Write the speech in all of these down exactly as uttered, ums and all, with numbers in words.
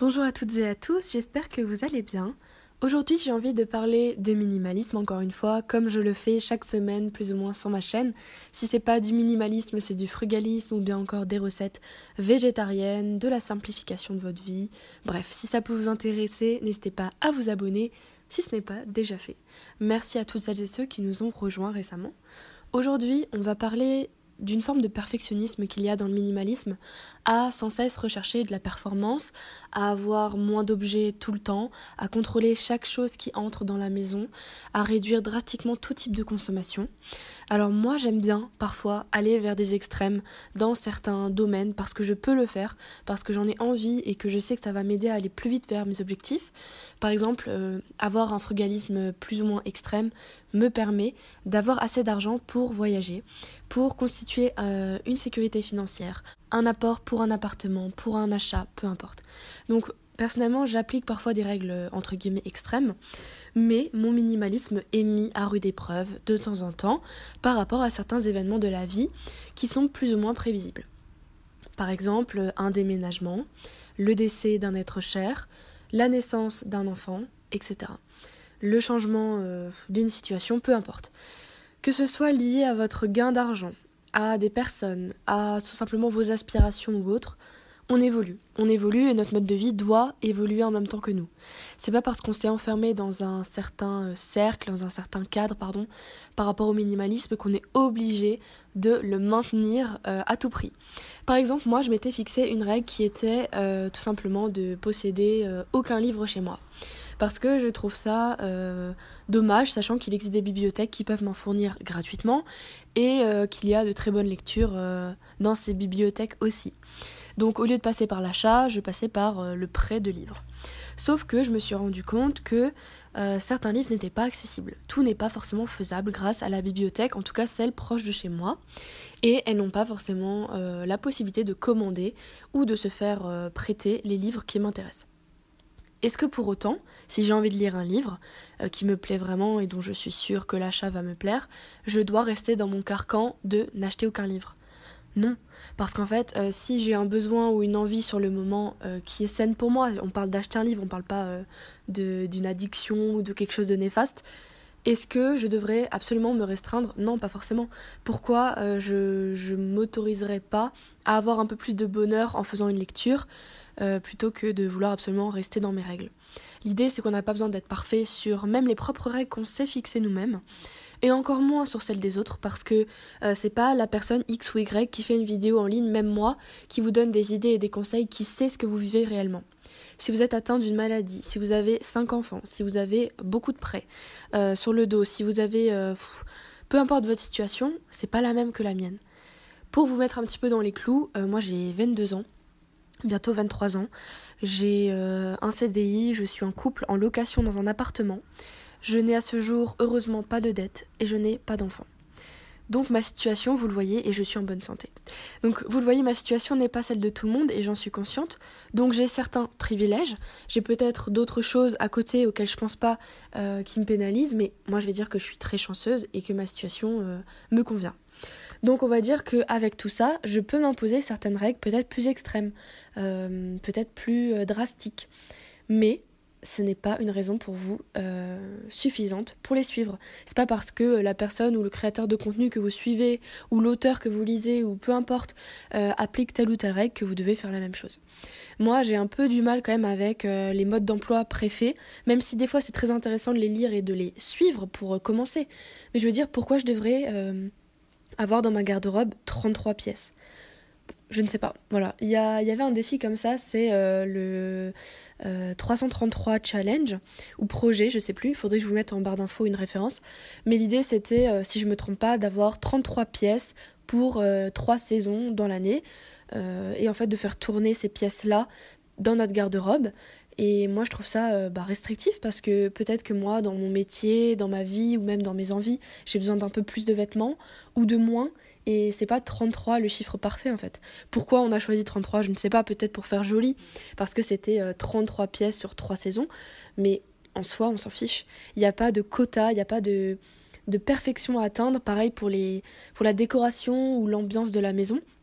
Bonjour à toutes et à tous, j'espère que vous allez bien. Aujourd'hui j'ai envie de parler de minimalisme encore une fois, comme je le fais chaque semaine plus ou moins sur ma chaîne. Si c'est pas du minimalisme, c'est du frugalisme ou bien encore des recettes végétariennes, de la simplification de votre vie. Bref, si ça peut vous intéresser, n'hésitez pas à vous abonner si ce n'est pas déjà fait. Merci à toutes celles et ceux qui nous ont rejoints récemment. Aujourd'hui, on va parler d'une forme de perfectionnisme qu'il y a dans le minimalisme, à sans cesse rechercher de la performance, à avoir moins d'objets tout le temps, à contrôler chaque chose qui entre dans la maison, à réduire drastiquement tout type de consommation. Alors moi j'aime bien parfois aller vers des extrêmes dans certains domaines parce que je peux le faire, parce que j'en ai envie et que je sais que ça va m'aider à aller plus vite vers mes objectifs. Par exemple, euh, avoir un frugalisme plus ou moins extrême me permet d'avoir assez d'argent pour voyager, pour constituer euh, une sécurité financière, un apport pour un appartement, pour un achat, peu importe. Donc personnellement, j'applique parfois des règles entre guillemets extrêmes, mais mon minimalisme est mis à rude épreuve de temps en temps par rapport à certains événements de la vie qui sont plus ou moins prévisibles. Par exemple, un déménagement, le décès d'un être cher, la naissance d'un enfant, et cetera. Le changement euh, d'une situation, peu importe. Que ce soit lié à votre gain d'argent, à des personnes, à tout simplement vos aspirations ou autres, on évolue. On évolue et notre mode de vie doit évoluer en même temps que nous. C'est pas parce qu'on s'est enfermé dans un certain cercle, dans un certain cadre, pardon, par rapport au minimalisme qu'on est obligé de le maintenir euh, à tout prix. Par exemple, moi je m'étais fixé une règle qui était euh, tout simplement de posséder euh, aucun livre chez moi. Parce que je trouve ça euh, dommage, sachant qu'il existe des bibliothèques qui peuvent m'en fournir gratuitement et euh, qu'il y a de très bonnes lectures euh, dans ces bibliothèques aussi. Donc au lieu de passer par l'achat, je passais par euh, le prêt de livres. Sauf que je me suis rendu compte que euh, certains livres n'étaient pas accessibles. Tout n'est pas forcément faisable grâce à la bibliothèque, en tout cas celle proche de chez moi. Et elles n'ont pas forcément euh, la possibilité de commander ou de se faire euh, prêter les livres qui m'intéressent. Est-ce que pour autant, si j'ai envie de lire un livre euh, qui me plaît vraiment et dont je suis sûre que l'achat va me plaire, je dois rester dans mon carcan de n'acheter aucun livre ? Non, parce qu'en fait, euh, si j'ai un besoin ou une envie sur le moment euh, qui est saine pour moi, on parle d'acheter un livre, on parle pas euh, de, d'une addiction ou de quelque chose de néfaste, est-ce que je devrais absolument me restreindre ? Non, pas forcément. Pourquoi euh, je je m'autoriserais pas à avoir un peu plus de bonheur en faisant une lecture euh, plutôt que de vouloir absolument rester dans mes règles ? L'idée, c'est qu'on n'a pas besoin d'être parfait sur même les propres règles qu'on s'est fixées nous-mêmes, et encore moins sur celles des autres, parce que euh, c'est pas la personne X ou Y qui fait une vidéo en ligne, même moi, qui vous donne des idées et des conseils, qui sait ce que vous vivez réellement. Si vous êtes atteint d'une maladie, si vous avez cinq enfants, si vous avez beaucoup de prêts euh, sur le dos, si vous avez... Euh, pff, peu importe votre situation, c'est pas la même que la mienne. Pour vous mettre un petit peu dans les clous, euh, moi j'ai vingt-deux ans, bientôt vingt-trois ans, j'ai euh, un C D I, je suis en couple, en location dans un appartement, je n'ai à ce jour heureusement pas de dette et je n'ai pas d'enfant. Donc ma situation, vous le voyez, et je suis en bonne santé. Donc vous le voyez, ma situation n'est pas celle de tout le monde et j'en suis consciente. Donc j'ai certains privilèges, j'ai peut-être d'autres choses à côté auxquelles je pense pas euh, qui me pénalisent, mais moi je vais dire que je suis très chanceuse et que ma situation euh, me convient. Donc on va dire qu'avec tout ça, je peux m'imposer certaines règles peut-être plus extrêmes, euh, peut-être plus euh, drastiques. Mais ce n'est pas une raison pour vous euh, suffisante pour les suivre. C'est pas parce que la personne ou le créateur de contenu que vous suivez ou l'auteur que vous lisez ou peu importe euh, applique telle ou telle règle que vous devez faire la même chose. Moi, j'ai un peu du mal quand même avec euh, les modes d'emploi préfaits, même si des fois c'est très intéressant de les lire et de les suivre pour euh, commencer. Mais je veux dire, pourquoi je devrais euh, avoir dans ma garde-robe trente-trois pièces ? Je ne sais pas, voilà. Il y, a, il y avait un défi comme ça, c'est euh, le euh, trois cent trente-trois Challenge, ou projet, je sais plus, il faudrait que je vous mette en barre d'infos une référence. Mais l'idée c'était, euh, si je me trompe pas, d'avoir trente-trois pièces pour euh, trois saisons dans l'année, euh, et en fait de faire tourner ces pièces-là dans notre garde-robe. Et moi je trouve ça euh, bah, restrictif, parce que peut-être que moi, dans mon métier, dans ma vie, ou même dans mes envies, j'ai besoin d'un peu plus de vêtements, ou de moins. Et c'est pas trente-trois le chiffre parfait en fait. Pourquoi on a choisi trente-trois ? Je ne sais pas, peut-être pour faire joli, parce que c'était euh, trente-trois pièces sur trois saisons, mais en soi on s'en fiche. Il n'y a pas de quota, il n'y a pas de, de perfection à atteindre, pareil pour, les, pour la décoration ou l'ambiance de la maison.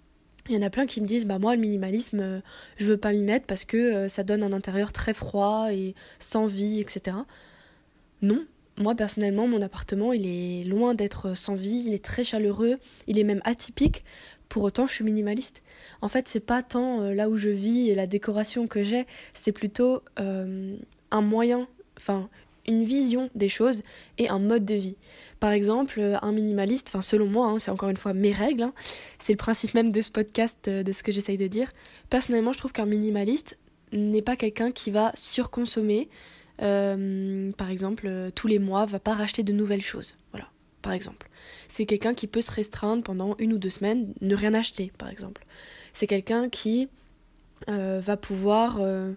Il y en a plein qui me disent bah moi le minimalisme euh, je veux pas m'y mettre parce que euh, ça donne un intérieur très froid et sans vie, et cetera. Non, moi personnellement mon appartement il est loin d'être sans vie, il est très chaleureux, il est même atypique, pour autant je suis minimaliste. En fait c'est pas tant euh, là où je vis et la décoration que j'ai, c'est plutôt euh, un moyen, enfin une vision des choses et un mode de vie. Par exemple, un minimaliste, enfin selon moi, hein, c'est encore une fois mes règles, hein, c'est le principe même de ce podcast, euh, de ce que j'essaye de dire. Personnellement, je trouve qu'un minimaliste n'est pas quelqu'un qui va surconsommer, euh, par exemple, euh, tous les mois, va pas racheter de nouvelles choses. Voilà, par exemple. C'est quelqu'un qui peut se restreindre pendant une ou deux semaines, ne rien acheter, par exemple. C'est quelqu'un qui euh, va pouvoir euh,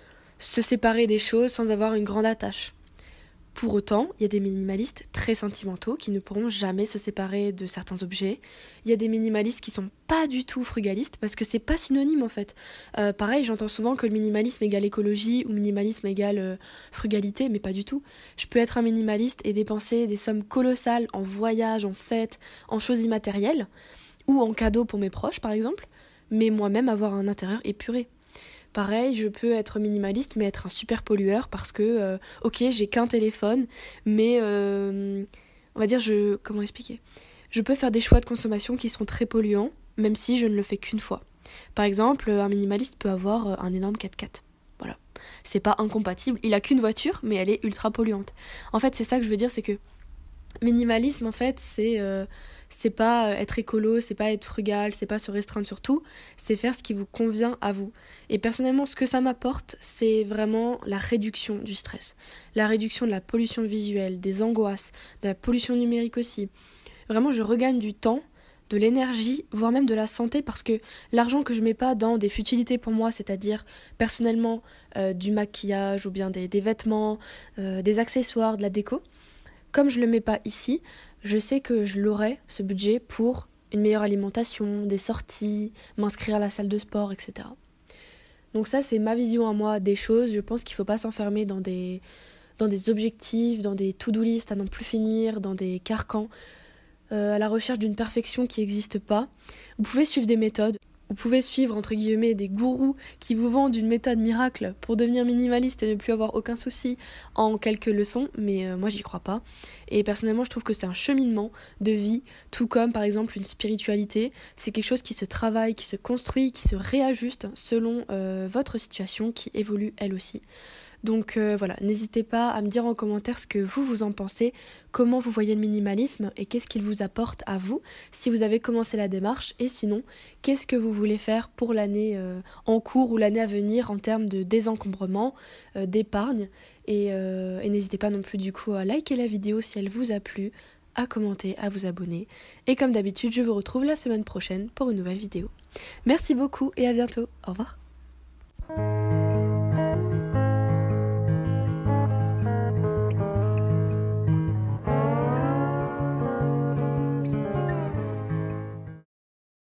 se séparer des choses sans avoir une grande attache. Pour autant, il y a des minimalistes très sentimentaux qui ne pourront jamais se séparer de certains objets. Il y a des minimalistes qui sont pas du tout frugalistes parce que c'est pas synonyme en fait. Euh, pareil, j'entends souvent que le minimalisme égale écologie ou minimalisme égale euh, frugalité, mais pas du tout. Je peux être un minimaliste et dépenser des sommes colossales en voyages, en fêtes, en choses immatérielles ou en cadeaux pour mes proches par exemple, mais moi-même avoir un intérieur épuré. Pareil, je peux être minimaliste mais être un super pollueur parce que, euh, ok, j'ai qu'un téléphone, mais euh, on va dire, je comment expliquer ? Je peux faire des choix de consommation qui seront très polluants, même si je ne le fais qu'une fois. Par exemple, un minimaliste peut avoir un énorme quatre-quatre. Voilà. C'est pas incompatible. Il a qu'une voiture, mais elle est ultra polluante. En fait, c'est ça que je veux dire, c'est que minimalisme, en fait, c'est... Euh, c'est pas être écolo, c'est pas être frugal, c'est pas se restreindre sur tout, c'est faire ce qui vous convient à vous. Et personnellement, ce que ça m'apporte, c'est vraiment la réduction du stress, la réduction de la pollution visuelle, des angoisses, de la pollution numérique aussi. Vraiment, je regagne du temps, de l'énergie, voire même de la santé, parce que l'argent que je mets pas dans des futilités pour moi, c'est-à-dire personnellement euh, du maquillage ou bien des, des vêtements, euh, des accessoires, de la déco, comme je le mets pas ici, je sais que je l'aurai, ce budget, pour une meilleure alimentation, des sorties, m'inscrire à la salle de sport, et cetera. Donc ça, c'est ma vision à moi des choses. Je pense qu'il ne faut pas s'enfermer dans des, dans des objectifs, dans des to-do list à n'en plus finir, dans des carcans, euh, à la recherche d'une perfection qui n'existe pas. Vous pouvez suivre des méthodes. Vous pouvez suivre, entre guillemets, des gourous qui vous vendent une méthode miracle pour devenir minimaliste et ne plus avoir aucun souci en quelques leçons, mais euh, moi j'y crois pas. Et personnellement, je trouve que c'est un cheminement de vie, tout comme par exemple une spiritualité. C'est quelque chose qui se travaille, qui se construit, qui se réajuste selon euh, votre situation, qui évolue elle aussi. Donc euh, voilà, n'hésitez pas à me dire en commentaire ce que vous, vous en pensez, comment vous voyez le minimalisme et qu'est-ce qu'il vous apporte à vous, si vous avez commencé la démarche, et sinon, qu'est-ce que vous voulez faire pour l'année euh, en cours ou l'année à venir en termes de désencombrement, euh, d'épargne, et, euh, et n'hésitez pas non plus du coup à liker la vidéo si elle vous a plu, à commenter, à vous abonner, et comme d'habitude, je vous retrouve la semaine prochaine pour une nouvelle vidéo. Merci beaucoup et à bientôt, au revoir.